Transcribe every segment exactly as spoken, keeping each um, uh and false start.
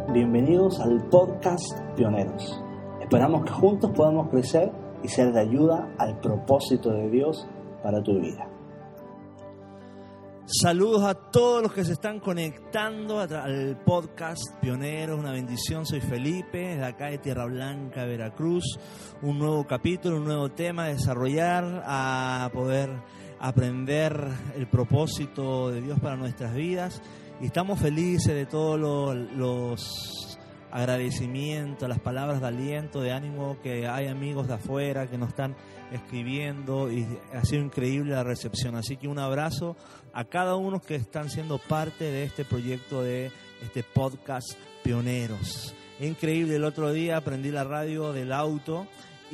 Bienvenidos al podcast Pioneros. Esperamos que juntos podamos crecer y ser de ayuda al propósito de Dios para tu vida. Saludos a todos los que se están conectando al podcast Pioneros, una bendición. Soy Felipe, de acá de Tierra Blanca, Veracruz. Un nuevo capítulo, un nuevo tema a desarrollar, a poder aprender el propósito de Dios para nuestras vidas. Y estamos felices de todos los, los agradecimientos, las palabras de aliento, de ánimo, que hay amigos de afuera que nos están escribiendo y ha sido increíble la recepción. Así que un abrazo a cada uno que están siendo parte de este proyecto, de este podcast Pioneros. Increíble, el otro día prendí la radio del auto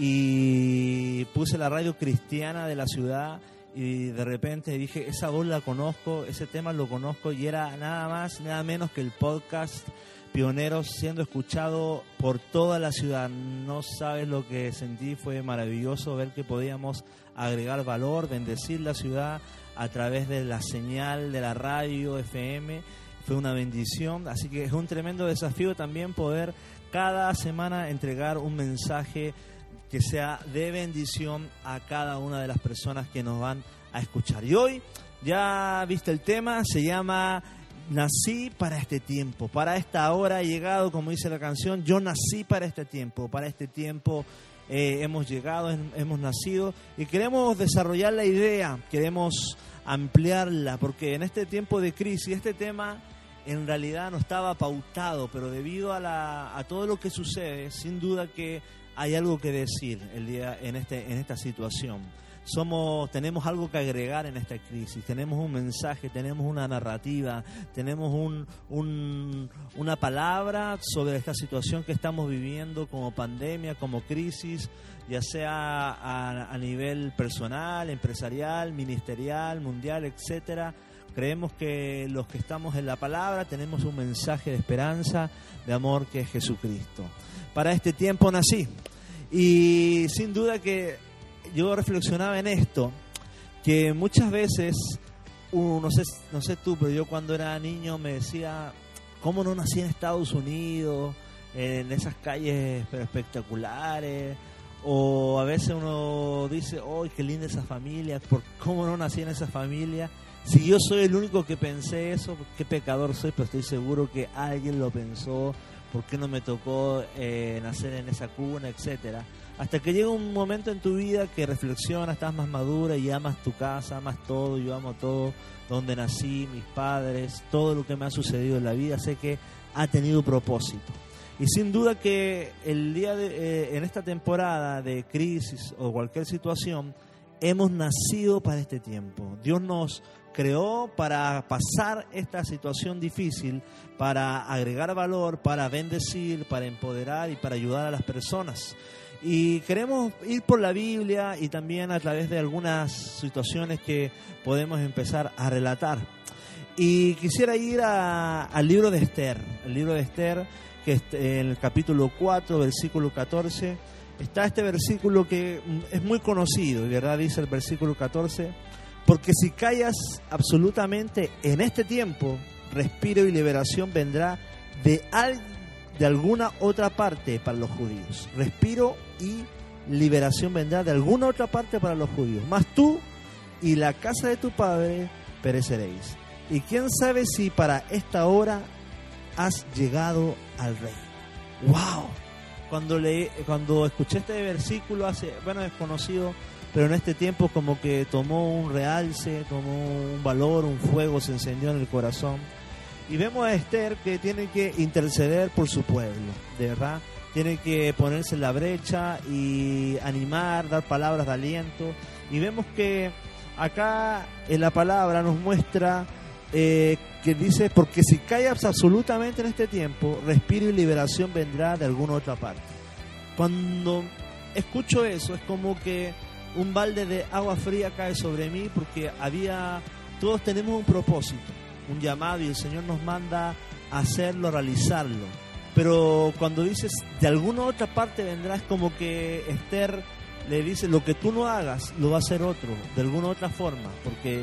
y puse la radio cristiana de la ciudad. Y de repente dije, esa voz la conozco, ese tema lo conozco, y era nada más, nada menos que el podcast Pioneros siendo escuchado por toda la ciudad. No sabes lo que sentí, fue maravilloso ver que podíamos agregar valor, bendecir la ciudad a través de la señal de la radio F M. Fue una bendición, así que es un tremendo desafío también poder cada semana entregar un mensaje que sea de bendición a cada una de las personas que nos van a escuchar. Y hoy, ya viste el tema, se llama Nací para este tiempo. Para esta hora he llegado, como dice la canción, yo nací para este tiempo. Para este tiempo eh, hemos llegado, hemos nacido y queremos desarrollar la idea, queremos ampliarla, porque en este tiempo de crisis, este tema en realidad no estaba pautado, pero debido a, la, a todo lo que sucede, sin duda que hay algo que decir el día en este en esta situación. Somos tenemos algo que agregar en esta crisis. Tenemos un mensaje, tenemos una narrativa, tenemos un, un una palabra sobre esta situación que estamos viviendo como pandemia, como crisis, ya sea a, a nivel personal, empresarial, ministerial, mundial, etcétera. Creemos que los que estamos en la palabra tenemos un mensaje de esperanza, de amor, que es Jesucristo. Para este tiempo nací. Y sin duda que yo reflexionaba en esto, que muchas veces, uh, no sé, no sé tú, pero yo cuando era niño me decía, ¿cómo no nací en Estados Unidos, en esas calles pero espectaculares? O a veces uno dice, ¡oh, qué linda esa familia! ¿Por cómo no nací en esa familia? Si yo soy el único que pensé eso, qué pecador soy, pero estoy seguro que alguien lo pensó. ¿Por qué no me tocó eh, nacer en esa cuna, etcétera? Hasta que llega un momento en tu vida que reflexionas, estás más madura y amas tu casa, amas todo. Yo amo todo, donde nací, mis padres, todo lo que me ha sucedido en la vida. Sé que ha tenido propósito. Y sin duda que el día de, eh, en esta temporada de crisis o cualquier situación, hemos nacido para este tiempo. Dios nos creó para pasar esta situación difícil, para agregar valor, para bendecir, para empoderar y para ayudar a las personas. Y queremos ir por la Biblia y también a través de algunas situaciones que podemos empezar a relatar. Y quisiera ir a, al libro de Esther, el libro de Esther, que en el capítulo cuatro, versículo catorce, está este versículo que es muy conocido, ¿verdad? Dice el versículo catorce, porque si callas absolutamente en este tiempo, respiro y liberación vendrá de, al, de alguna otra parte para los judíos. Respiro y liberación vendrá de alguna otra parte para los judíos. Mas tú y la casa de tu padre pereceréis. Y quién sabe si para esta hora has llegado al rey. ¡Wow! Cuando leí, cuando escuché este versículo, hace, bueno, es conocido, pero en este tiempo como que tomó un realce, tomó un valor, un fuego se encendió en el corazón. Y vemos a Esther que tiene que interceder por su pueblo, de verdad. Tiene que ponerse en la brecha y animar, dar palabras de aliento. Y vemos que acá en la palabra nos muestra eh, que dice, porque si callas absolutamente en este tiempo, respiro y liberación vendrá de alguna otra parte. Cuando escucho eso, es como que un balde de agua fría cae sobre mí, porque había, todos tenemos un propósito, un llamado, y el Señor nos manda a hacerlo, a realizarlo. Pero cuando dices de alguna otra parte vendrá, es como que Esther le dice, lo que tú no hagas lo va a hacer otro, de alguna otra forma, porque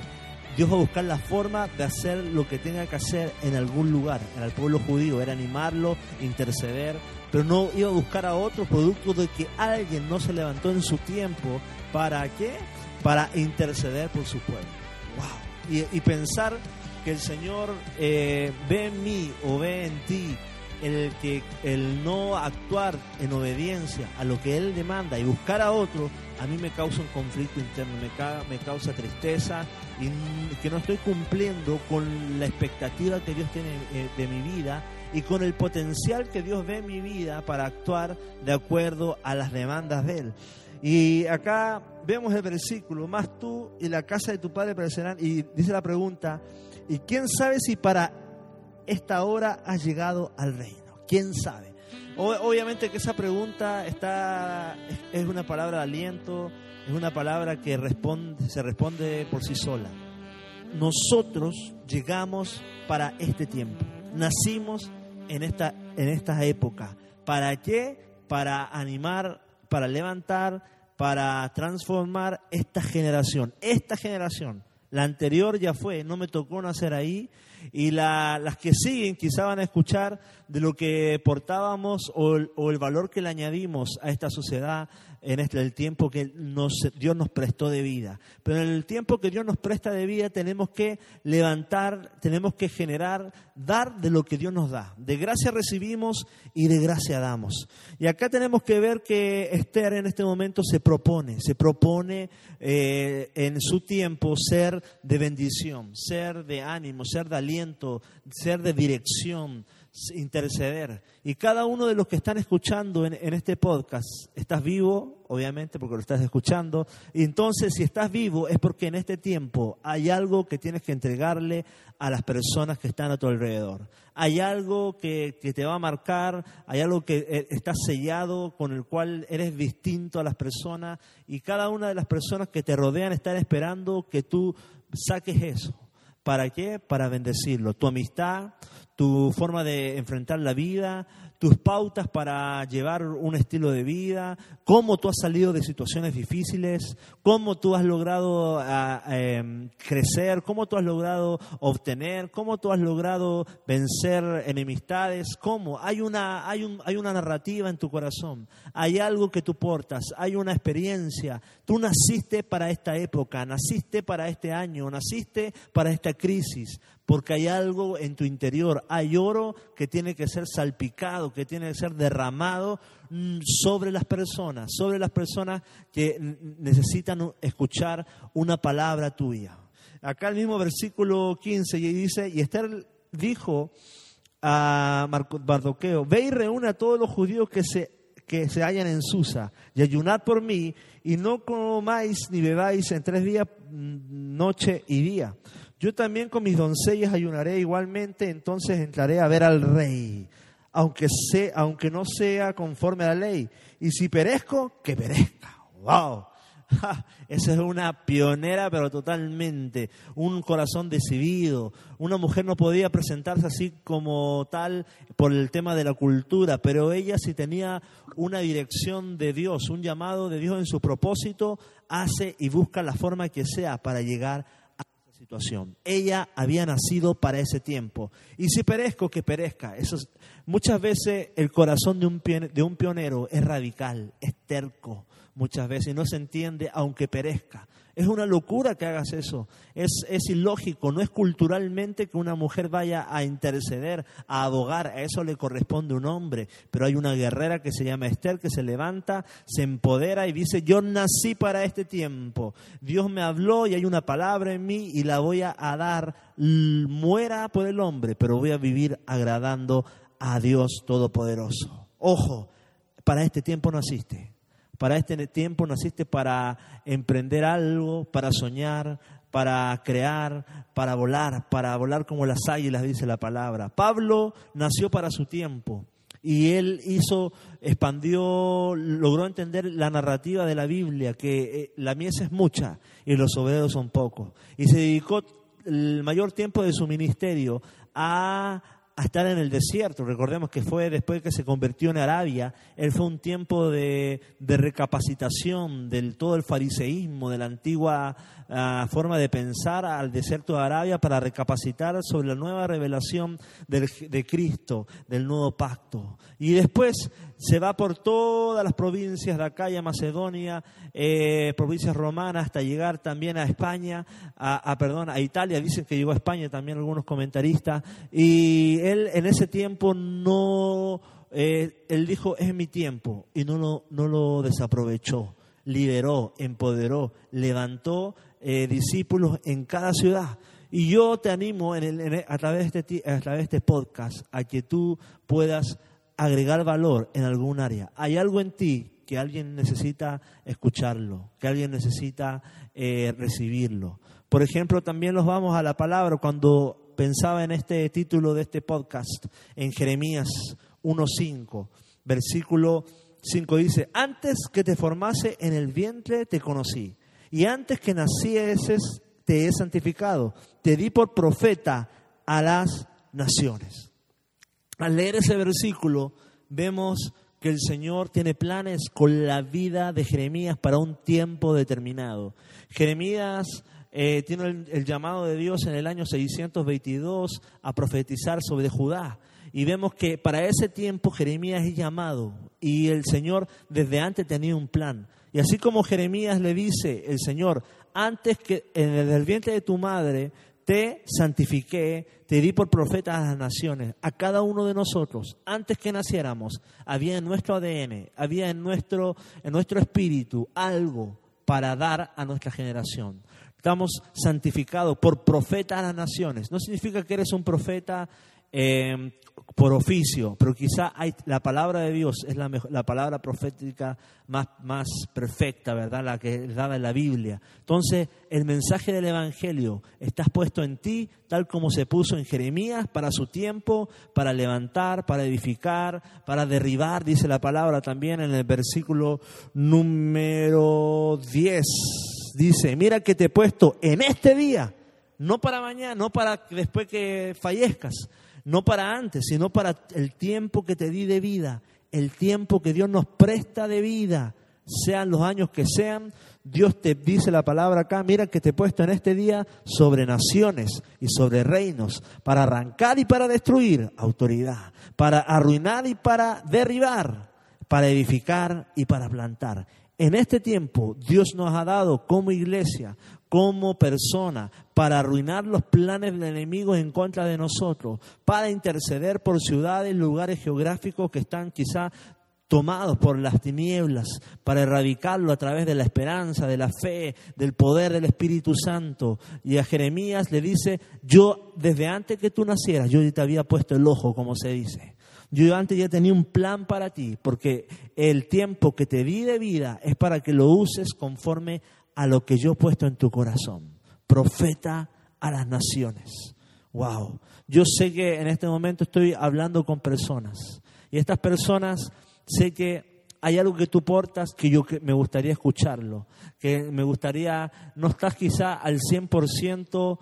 Dios va a buscar la forma de hacer lo que tenga que hacer en algún lugar. En el pueblo judío era animarlo, interceder, pero no iba a buscar a otro producto de que alguien no se levantó en su tiempo. ¿Para qué? Para interceder por su pueblo. ¡Wow! Y, y pensar que el Señor eh, ve en mí o ve en ti el que el no actuar en obediencia a lo que Él demanda y buscar a otro, a mí me causa un conflicto interno, me, ca- me causa tristeza y n- que no estoy cumpliendo con la expectativa que Dios tiene eh, de mi vida y con el potencial que Dios ve en mi vida para actuar de acuerdo a las demandas de Él. Y acá vemos el versículo, más tú y la casa de tu padre perecerán, y dice la pregunta, ¿y quién sabe si para esta hora has llegado al reino? ¿Quién sabe? O, obviamente que esa pregunta está es, es una palabra de aliento, es una palabra que responde, se responde por sí sola. Nosotros llegamos para este tiempo, nacimos en esta, en esta época. ¿Para qué? Para animar, para levantar, para transformar esta generación. Esta generación, la anterior ya fue, no me tocó nacer ahí, y la, las que siguen quizá van a escuchar de lo que portábamos o el, o el valor que le añadimos a esta sociedad en este el tiempo que nos, Dios nos prestó de vida. Pero en el tiempo que Dios nos presta de vida tenemos que levantar, tenemos que generar, dar de lo que Dios nos da. De gracia recibimos y de gracia damos. Y acá tenemos que ver que Esther en este momento se propone, se propone eh, en su tiempo ser de bendición, ser de ánimo, ser de aliento, ser de dirección, interceder. Y cada uno de los que están escuchando en, en este podcast, estás vivo, obviamente, porque lo estás escuchando. Y entonces, si estás vivo, es porque en este tiempo hay algo que tienes que entregarle a las personas que están a tu alrededor. Hay algo que, que te va a marcar, hay algo que está sellado, con el cual eres distinto a las personas. Y cada una de las personas que te rodean están esperando que tú saques eso. ¿Para qué? Para bendecirlo. Tu amistad, tu forma de enfrentar la vida, tus pautas para llevar un estilo de vida, cómo tú has salido de situaciones difíciles, cómo tú has logrado uh, eh, crecer, cómo tú has logrado obtener, cómo tú has logrado vencer enemistades, cómo. Hay una, hay un, hay una narrativa en tu corazón, hay algo que tú portas, hay una experiencia. Tú naciste para esta época, naciste para este año, naciste para esta crisis. Porque hay algo en tu interior, hay oro que tiene que ser salpicado, que tiene que ser derramado sobre las personas, sobre las personas que necesitan escuchar una palabra tuya. Acá el mismo versículo quince y dice, y Esther dijo a Mardoqueo, ve y reúne a todos los judíos que se, que se hallan en Susa y ayunad por mí y no comáis ni bebáis en tres días, noche y día. Yo también con mis doncellas ayunaré igualmente, entonces entraré a ver al rey, aunque, sea, aunque no sea conforme a la ley. Y si perezco, que perezca. ¡Wow! Ja, esa es una pionera, pero totalmente. Un corazón decidido. Una mujer no podía presentarse así como tal por el tema de la cultura, pero ella sí tenía una dirección de Dios, un llamado de Dios en su propósito, hace y busca la forma que sea para llegar a situación. Ella había nacido para ese tiempo. Y si perezco, que perezca. Eso es, muchas veces el corazón de un, de un pionero es radical, es terco. Muchas veces no se entiende aunque perezca. Es una locura que hagas eso. Es, es ilógico, no es culturalmente que una mujer vaya a interceder, a abogar. A eso le corresponde un hombre. Pero hay una guerrera que se llama Esther que se levanta, se empodera y dice, yo nací para este tiempo. Dios me habló y hay una palabra en mí y la voy a, a dar. Muera por el hombre, pero voy a vivir agradando a Dios Todopoderoso. Ojo, para este tiempo naciste. Para este tiempo naciste para emprender algo, para soñar, para crear, para volar, para volar como las águilas, dice la palabra. Pablo nació para su tiempo y él hizo, expandió, logró entender la narrativa de la Biblia, que la mies es mucha y los obreros son pocos. Y se dedicó el mayor tiempo de su ministerio a a estar en el desierto. Recordemos que fue después que se convirtió en Arabia, él fue un tiempo de, de recapacitación del todo el fariseísmo, de la antigua uh, forma de pensar, al desierto de Arabia para recapacitar sobre la nueva revelación del, de Cristo, del nuevo pacto. Y después se va por todas las provincias de Acaya, Macedonia, eh, provincias romanas, hasta llegar también a España, a, a, perdón, a Italia. Dicen que llegó a España también algunos comentaristas. Y él en ese tiempo no, eh, él dijo, es mi tiempo, y no lo, no lo desaprovechó. Liberó, empoderó, levantó eh, discípulos en cada ciudad. Y yo te animo en el, en el, a, través de este, a través de este podcast a que tú puedas agregar valor en algún área. Hay algo en ti que alguien necesita escucharlo, que alguien necesita eh, recibirlo. Por ejemplo, también nos vamos a la palabra. Cuando pensaba en este título de este podcast, en Jeremías uno cinco, versículo cinco dice: antes que te formase en el vientre te conocí, y antes que nacieses te he santificado, te di por profeta a las naciones. Al leer ese versículo vemos que el Señor tiene planes con la vida de Jeremías para un tiempo determinado. Jeremías eh, tiene el, el llamado de Dios en el año seiscientos veintidós a profetizar sobre Judá. Y vemos que para ese tiempo Jeremías es llamado y el Señor desde antes tenía un plan. Y así como Jeremías le dice el Señor, antes que en el vientre de tu madre te santifiqué, te di por profeta a las naciones. A cada uno de nosotros, antes que naciéramos, había en nuestro A D N, había en nuestro, en nuestro espíritu algo para dar a nuestra generación. Estamos santificados por profeta a las naciones. No significa que eres un profeta eh, por oficio, pero quizá hay, la palabra de Dios es la, mejor, la palabra profética más, más perfecta, ¿verdad? La que es dada en la Biblia. Entonces, el mensaje del Evangelio está puesto en ti, tal como se puso en Jeremías para su tiempo, para levantar, para edificar, para derribar, dice la palabra también en el versículo número diez. Dice, mira que te he puesto en este día, no para mañana, no para después que fallezcas, no para antes, sino para el tiempo que te di de vida, el tiempo que Dios nos presta de vida, sean los años que sean. Dios te dice la palabra acá, mira que te he puesto en este día sobre naciones y sobre reinos, para arrancar y para destruir autoridad, para arruinar y para derribar, para edificar y para plantar. En este tiempo Dios nos ha dado como iglesia, como persona, para arruinar los planes del enemigo en contra de nosotros, para interceder por ciudades, lugares geográficos que están quizá tomados por las tinieblas, para erradicarlo a través de la esperanza, de la fe, del poder del Espíritu Santo. Y a Jeremías le dice, yo desde antes que tú nacieras, yo te había puesto el ojo, como se dice. Yo antes ya tenía un plan para ti, porque el tiempo que te di de vida es para que lo uses conforme a lo que yo he puesto en tu corazón. Profeta a las naciones. Wow. Yo sé que en este momento estoy hablando con personas. Y estas personas, sé que hay algo que tú portas que yo que me gustaría escucharlo. Que me gustaría, no estás quizá al cien por ciento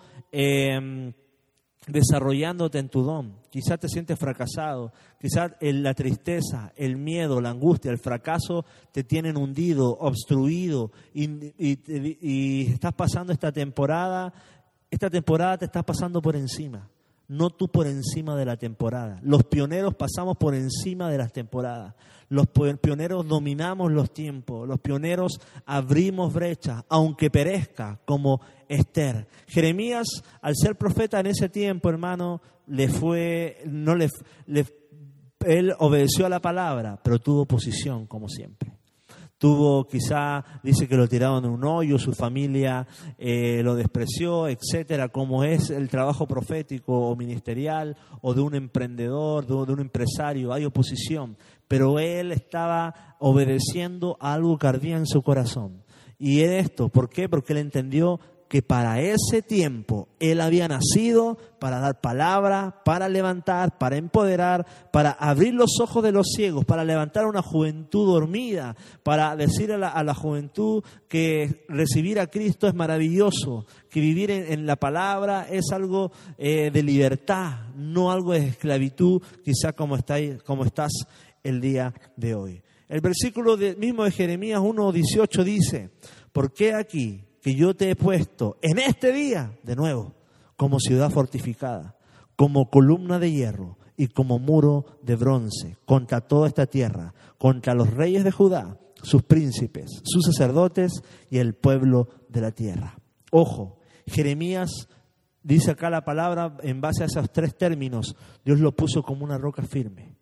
eh, desarrollándote en tu don. Quizás te sientes fracasado, quizás la tristeza, el miedo, la angustia, el fracaso te tienen hundido, obstruido y, y, y estás pasando esta temporada, esta temporada te está pasando por encima, no tú por encima de la temporada. Los pioneros pasamos por encima de las temporadas. Los pioneros dominamos los tiempos, los pioneros abrimos brechas, aunque perezca, como Esther. Jeremías, al ser profeta en ese tiempo, hermano, le fue, no le, le, él obedeció a la palabra, pero tuvo oposición, como siempre. Tuvo, quizá, dice que lo tiraron en un hoyo, su familia eh, lo despreció, etcétera, como es el trabajo profético o ministerial o de un emprendedor, de un, de un empresario, hay oposición. Pero él estaba obedeciendo a algo que ardía en su corazón. Y esto, ¿por qué? Porque él entendió que para ese tiempo Él había nacido para dar palabra, para levantar, para empoderar, para abrir los ojos de los ciegos, para levantar a una juventud dormida, para decir a la, a la juventud que recibir a Cristo es maravilloso, que vivir en, en la palabra es algo eh, de libertad, no algo de esclavitud, quizá como, está, como estás el día de hoy. El versículo de, mismo de Jeremías uno dieciocho dice: ¿por qué aquí que yo te he puesto en este día, de nuevo, como ciudad fortificada, como columna de hierro y como muro de bronce, contra toda esta tierra, contra los reyes de Judá, sus príncipes, sus sacerdotes y el pueblo de la tierra? Ojo, Jeremías dice acá la palabra en base a esos tres términos, Dios lo puso como una roca firme.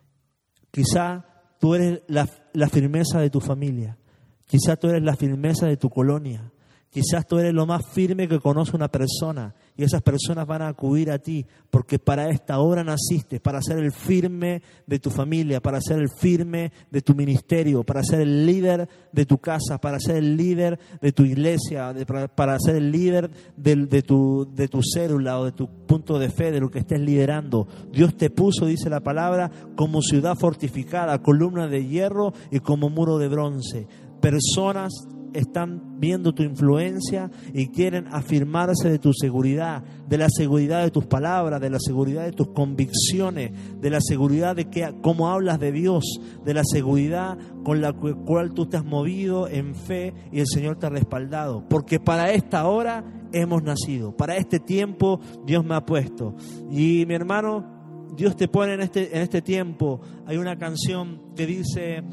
Quizá tú eres la, la firmeza de tu familia, quizá tú eres la firmeza de tu colonia, quizás tú eres lo más firme que conoce una persona y esas personas van a acudir a ti porque para esta hora naciste, para ser el firme de tu familia, para ser el firme de tu ministerio, para ser el líder de tu casa, para ser el líder de tu iglesia, de, para, para ser el líder de, de, tu, de tu célula o de tu punto de fe, de lo que estés liderando. Dios te puso, dice la palabra, como ciudad fortificada, columna de hierro y como muro de bronce. Personas están viendo tu influencia y quieren afirmarse de tu seguridad, de la seguridad de tus palabras, de la seguridad de tus convicciones, de la seguridad de que, cómo hablas de Dios, de la seguridad con la cual tú te has movido en fe y el Señor te ha respaldado. Porque para esta hora hemos nacido, para este tiempo Dios me ha puesto. Y mi hermano, Dios te pone en este, en este tiempo. Hay una canción que dice: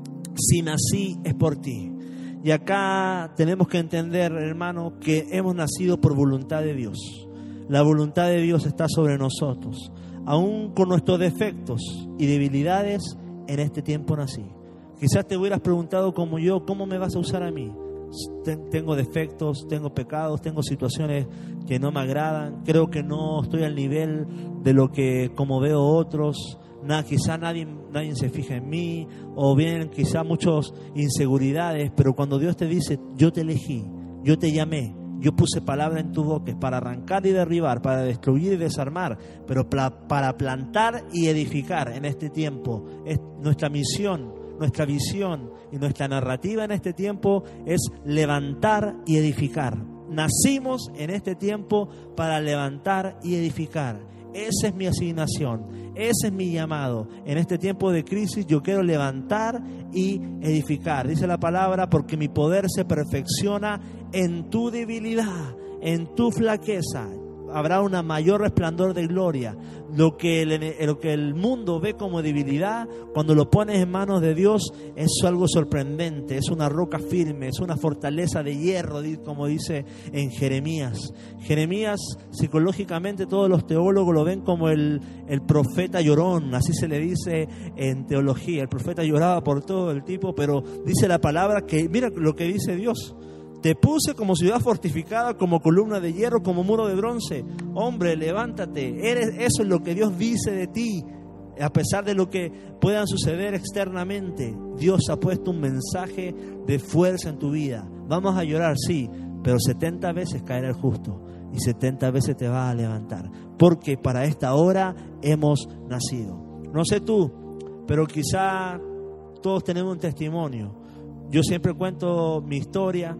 si nací es por ti. Y acá tenemos que entender, hermano, que hemos nacido por voluntad de Dios. La voluntad de Dios está sobre nosotros. Aún con nuestros defectos y debilidades, en este tiempo nací. Quizás te hubieras preguntado como yo, ¿cómo me vas a usar a mí? Tengo defectos, tengo pecados, tengo situaciones que no me agradan. Creo que no estoy al nivel de lo que como veo otros. Nada, quizá nadie, nadie se fija en mí, o bien quizá muchas inseguridades, pero cuando Dios te dice: yo te elegí, yo te llamé, yo puse palabra en tu boca para arrancar y derribar, para destruir y desarmar, pero para, para plantar y edificar en este tiempo. Es nuestra misión, nuestra visión y nuestra narrativa en este tiempo es levantar y edificar. Nacimos en este tiempo para levantar y edificar. Esa es mi asignación, ese es mi llamado. En este tiempo de crisis yo quiero levantar y edificar. Dice la palabra: porque mi poder se perfecciona en tu debilidad, en tu flaqueza. Habrá un mayor resplandor de gloria. Lo que, el, lo que el mundo ve como debilidad, cuando lo pones en manos de Dios, es algo sorprendente, es una roca firme, es una fortaleza de hierro, como dice en Jeremías. Jeremías, psicológicamente, todos los teólogos lo ven como el, el profeta llorón, así se le dice en teología. El profeta lloraba por todo el tipo, pero dice la palabra que, mira lo que dice Dios: te puse como ciudad fortificada, como columna de hierro, como muro de bronce. Hombre, levántate. Eres, eso es lo que Dios dice de ti. A pesar de lo que puedan suceder externamente, Dios ha puesto un mensaje de fuerza en tu vida. Vamos a llorar, sí, pero setenta veces caerá el justo y setenta veces te vas a levantar. Porque para esta hora hemos nacido. No sé tú, pero quizá todos tenemos un testimonio. Yo siempre cuento mi historia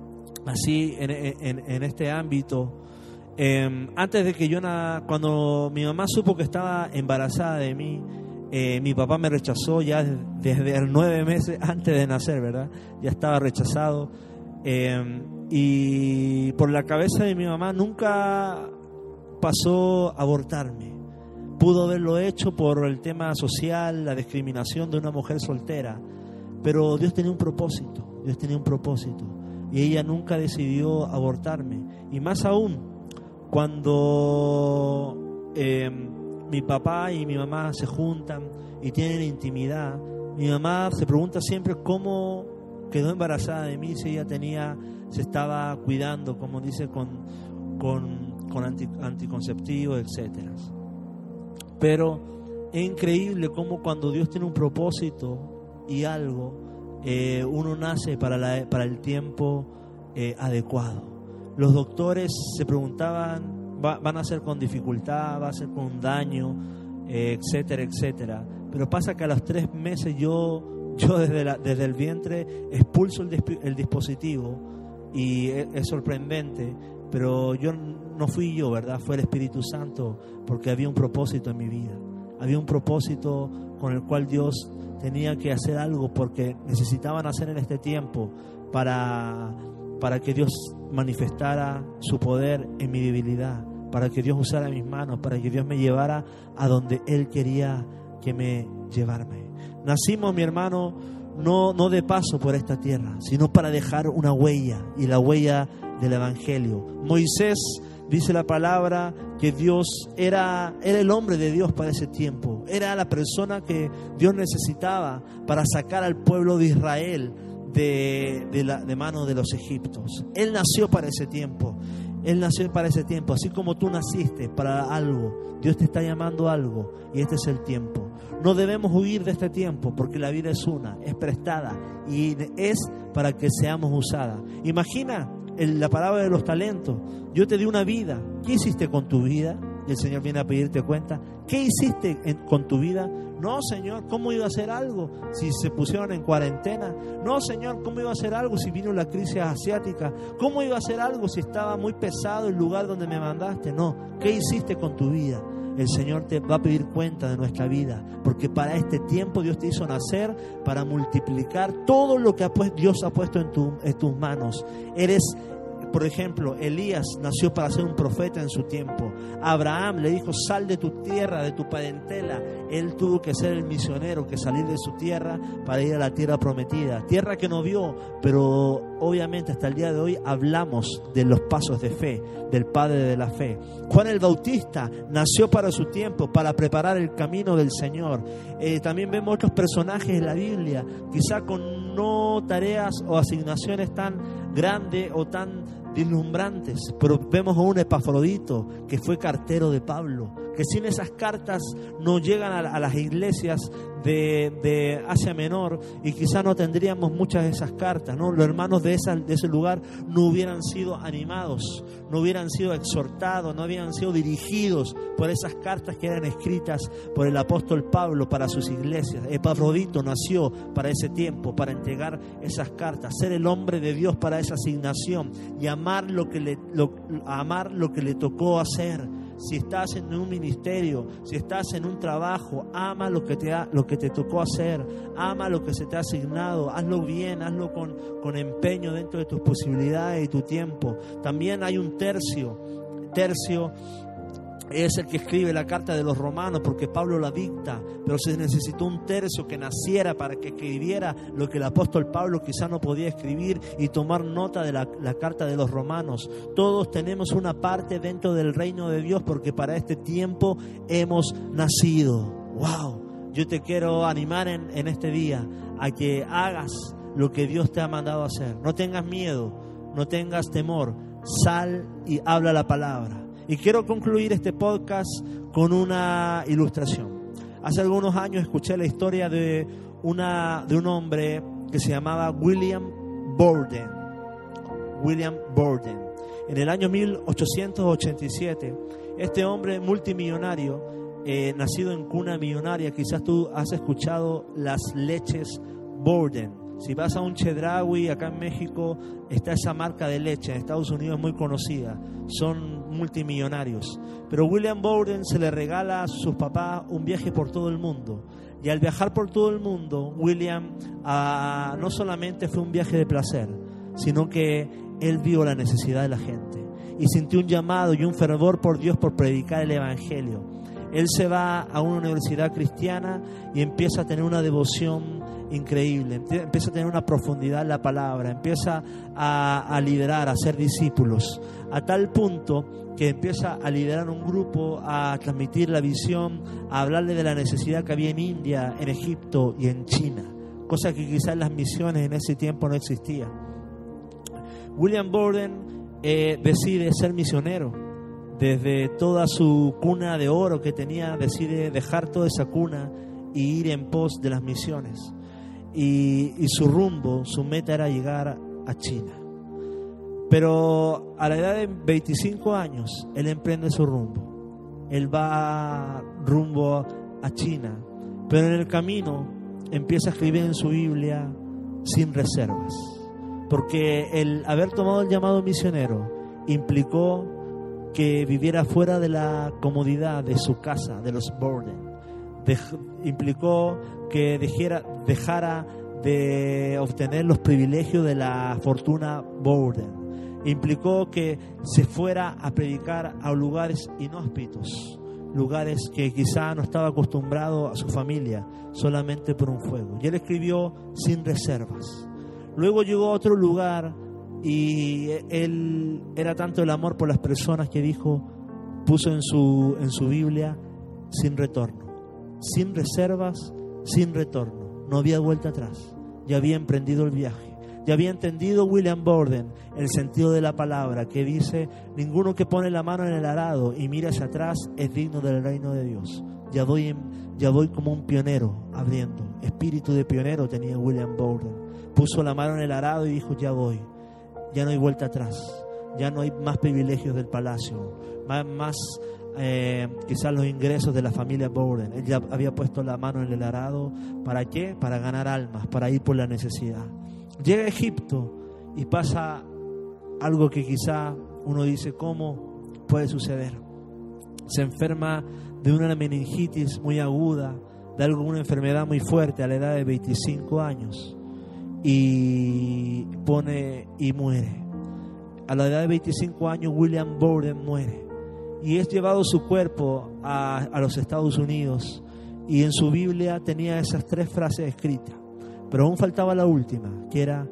así en, en, en este ámbito. Eh, antes de que yo, na, cuando mi mamá supo que estaba embarazada de mí, eh, mi papá me rechazó ya desde, desde nueve meses antes de nacer, ¿verdad? Ya estaba rechazado. Eh, y por la cabeza de mi mamá nunca pasó abortarme. Pudo haberlo hecho por el tema social, la discriminación de una mujer soltera. Pero Dios tenía un propósito, Dios tenía un propósito. Y ella nunca decidió abortarme. Y más aún, cuando eh, mi papá y mi mamá se juntan y tienen intimidad, mi mamá se pregunta siempre cómo quedó embarazada de mí, si ella tenía, se estaba cuidando, como dice, con, con, con anti, anticonceptivos, etcétera. Pero es increíble cómo cuando Dios tiene un propósito y algo, eh, uno nace para, la, para el tiempo eh, adecuado. los doctores se preguntaban, va, van a ser con dificultad, va a ser con daño, eh, etcétera, etcétera. Pero pasa que a los tres meses yo, yo desde, la, desde el vientre expulso el, disp- el dispositivo y es, es sorprendente, pero yo no fui yo, ¿verdad? Fue el Espíritu Santo, porque había un propósito en mi vida. Había un propósito con el cual Dios tenía que hacer algo, porque necesitaban hacer en este tiempo para, para que Dios manifestara su poder en mi debilidad, para que Dios usara mis manos, para que Dios me llevara a donde Él quería que me llevarme. Nacimos, mi hermano, no, no de paso por esta tierra, sino para dejar una huella, y la huella del Evangelio. Moisés, dice la palabra, que Dios era, era el hombre de Dios para ese tiempo. Era la persona que Dios necesitaba para sacar al pueblo de Israel de, de, la, de mano de los egipcios. Él nació para ese tiempo. Él nació para ese tiempo. Así como tú naciste para algo, Dios te está llamando a algo, y este es el tiempo. No debemos huir de este tiempo, porque la vida es una, es prestada y es para que seamos usadas. Imagina el, la palabra de los talentos. Yo te di una vida. ¿Qué hiciste con tu vida? Y el Señor viene a pedirte cuenta. ¿Qué hiciste en, con tu vida? No, Señor, ¿cómo iba a hacer algo si se pusieron en cuarentena? No, Señor, ¿cómo iba a hacer algo si vino la crisis asiática? ¿Cómo iba a hacer algo si estaba muy pesado el lugar donde me mandaste? No, ¿qué hiciste con tu vida? El Señor te va a pedir cuenta de nuestra vida, porque para este tiempo Dios te hizo nacer para multiplicar todo lo que Dios ha puesto en, tu, en tus manos. Eres, por ejemplo, Elías nació para ser un profeta en su tiempo. Abraham le dijo: sal de tu tierra, de tu parentela. Él tuvo que ser el misionero, que salir de su tierra para ir a la tierra prometida, tierra que no vio, pero obviamente hasta el día de hoy hablamos de los pasos de fe, del Padre de la fe. Juan el Bautista nació para su tiempo, para preparar el camino del Señor. Eh, también vemos otros personajes en la Biblia, quizá con no tareas o asignaciones tan grandes o tan deslumbrantes, pero vemos a un Epafrodito que fue cartero de Pablo, que sin esas cartas no llegan a, a las iglesias de, de Asia Menor, y quizá no tendríamos muchas de esas cartas, ¿no? Los hermanos de, esa, de ese lugar no hubieran sido animados, no hubieran sido exhortados, no hubieran sido dirigidos por esas cartas que eran escritas por el apóstol Pablo para sus iglesias. Epafrodito nació para ese tiempo, para entregar esas cartas, ser el hombre de Dios para esa asignación y amar lo que le, lo, amar lo que le tocó hacer. Si estás en un ministerio, si estás en un trabajo, ama lo que te ha, lo que te tocó hacer, ama lo que se te ha asignado, hazlo bien, hazlo con, con empeño dentro de tus posibilidades y tu tiempo. También hay un tercio, tercio es el que escribe la carta de los Romanos, porque Pablo la dicta, pero se necesitó un tercio que naciera para que escribiera lo que el apóstol Pablo quizá no podía escribir y tomar nota de la, la carta de los Romanos. Todos tenemos una parte dentro del reino de Dios, porque para este tiempo hemos nacido. ¡Wow! Yo te quiero animar en, en este día a que hagas lo que Dios te ha mandado hacer. No tengas miedo, no tengas temor, sal y habla la palabra. Y quiero concluir este podcast con una ilustración. Hace algunos años escuché la historia de, una, de un hombre que se llamaba William Borden. William Borden. En el año mil ochocientos ochenta y siete, este hombre multimillonario, eh, nacido en cuna millonaria, quizás tú has escuchado las leches Borden. Si vas a un Chedraui acá en México, está esa marca de leche. En Estados Unidos es muy conocida. Son multimillonarios. Pero William Borden se le regala a sus papás un viaje por todo el mundo. Y al viajar por todo el mundo, William uh, no solamente fue un viaje de placer, sino que él vio la necesidad de la gente y sintió un llamado y un fervor por Dios por predicar el Evangelio. Él se va a una universidad cristiana y empieza a tener una devoción increíble, empieza a tener una profundidad en la palabra, empieza a, a liderar, a ser discípulos, a tal punto que empieza a liderar un grupo, a transmitir la visión, a hablarle de la necesidad que había en India, en Egipto y en China, cosa que quizás las misiones en ese tiempo no existían. William Borden eh, decide ser misionero. Desde toda su cuna de oro que tenía, decide dejar toda esa cuna y ir en pos de las misiones. Y, y su rumbo, su meta era llegar a China. Pero a la edad de veinticinco años, él emprende su rumbo. Él va rumbo a China, pero en el camino empieza a escribir en su Biblia sin reservas, porque el haber tomado el llamado misionero implicó que viviera fuera de la comodidad de su casa, de los Borden. Dej- implicó que dejara, dejara de obtener los privilegios de la fortuna Borden. Implicó que se fuera a predicar a lugares inhóspitos, lugares que quizá no estaba acostumbrado a su familia, solamente por un fuego. Y él escribió sin reservas. Luego llegó a otro lugar y él era tanto el amor por las personas que dijo, puso en su, en su Biblia, sin retorno, sin reservas, sin retorno. No había vuelta atrás, ya había emprendido el viaje. Ya había entendido William Borden el sentido de la palabra, que dice: ninguno que pone la mano en el arado y mira hacia atrás es digno del reino de Dios. Ya voy, en, ya voy como un pionero abriendo. Espíritu de pionero tenía William Borden. Puso la mano en el arado y dijo: ya voy. Ya no hay vuelta atrás. Ya no hay más privilegios del palacio. Más, más eh, quizás los ingresos de la familia Borden. Él ya había puesto la mano en el arado. ¿Para qué? Para ganar almas, para ir por la necesidad. Llega a Egipto y pasa algo que quizá uno dice, ¿cómo puede suceder? Se enferma de una meningitis muy aguda, de alguna enfermedad muy fuerte a la edad de veinticinco años y pone y muere. A la edad de veinticinco años William Borden muere y es llevado su cuerpo a, a los Estados Unidos, y en su Biblia tenía esas tres frases escritas. Pero aún faltaba la última, que era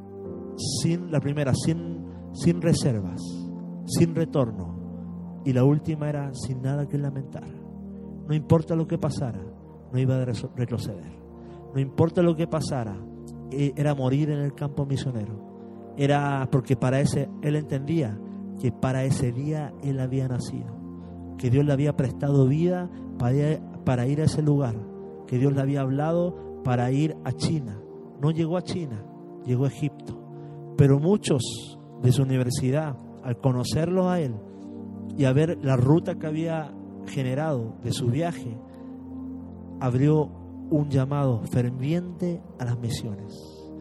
sin, la primera, sin, sin reservas, sin retorno. Y la última era sin nada que lamentar. No importa lo que pasara, no iba a retroceder. No importa lo que pasara, era morir en el campo misionero. Era porque para ese, él entendía que para ese día él había nacido. Que Dios le había prestado vida para, para ir a ese lugar. Que Dios le había hablado para ir a China. No llegó a China, llegó a Egipto. Pero muchos de su universidad, al conocerlo a él y a ver la ruta que había generado de su viaje, abrió un llamado ferviente a las misiones.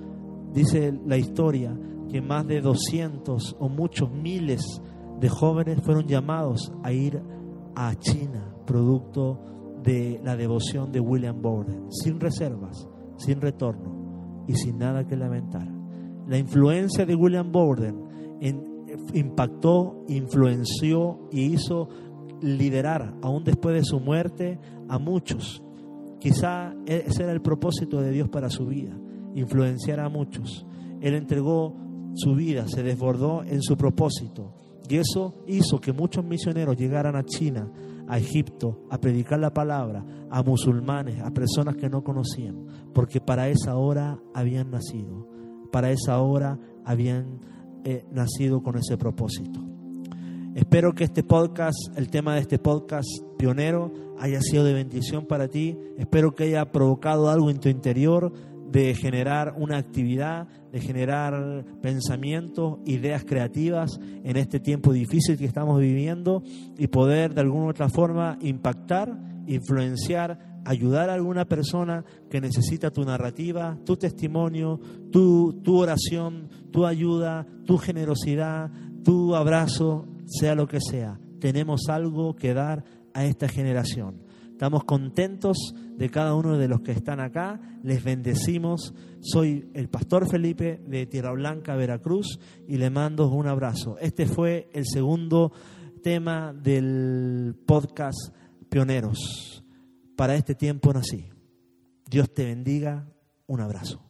Dice la historia que más de doscientos o muchos miles de jóvenes fueron llamados a ir a China, producto de la devoción de William Borden, sin reservas, sin retorno y sin nada que lamentar. La influencia de William Borden en, impactó, influenció y hizo liderar, aún después de su muerte, a muchos. Quizá ese era el propósito de Dios para su vida, influenciar a muchos. Él entregó su vida, se desbordó en su propósito, y eso hizo que muchos misioneros llegaran a China, a Egipto, a predicar la palabra a musulmanes, a personas que no conocían, porque para esa hora habían nacido, para esa hora habían eh, nacido con ese propósito. Espero que este podcast, el tema de este podcast pionero, haya sido de bendición para ti. Espero que haya provocado algo en tu interior de generar una actividad, de generar pensamientos, ideas creativas en este tiempo difícil que estamos viviendo, y poder de alguna u otra forma impactar, influenciar, ayudar a alguna persona que necesita tu narrativa, tu testimonio, tu, tu oración, tu ayuda, tu generosidad, tu abrazo, sea lo que sea. Tenemos algo que dar a esta generación. Estamos contentos de cada uno de los que están acá. Les bendecimos. Soy el pastor Felipe de Tierra Blanca, Veracruz, y le mando un abrazo. Este fue el segundo tema del podcast Pioneros. Para este tiempo nací. Dios te bendiga. Un abrazo.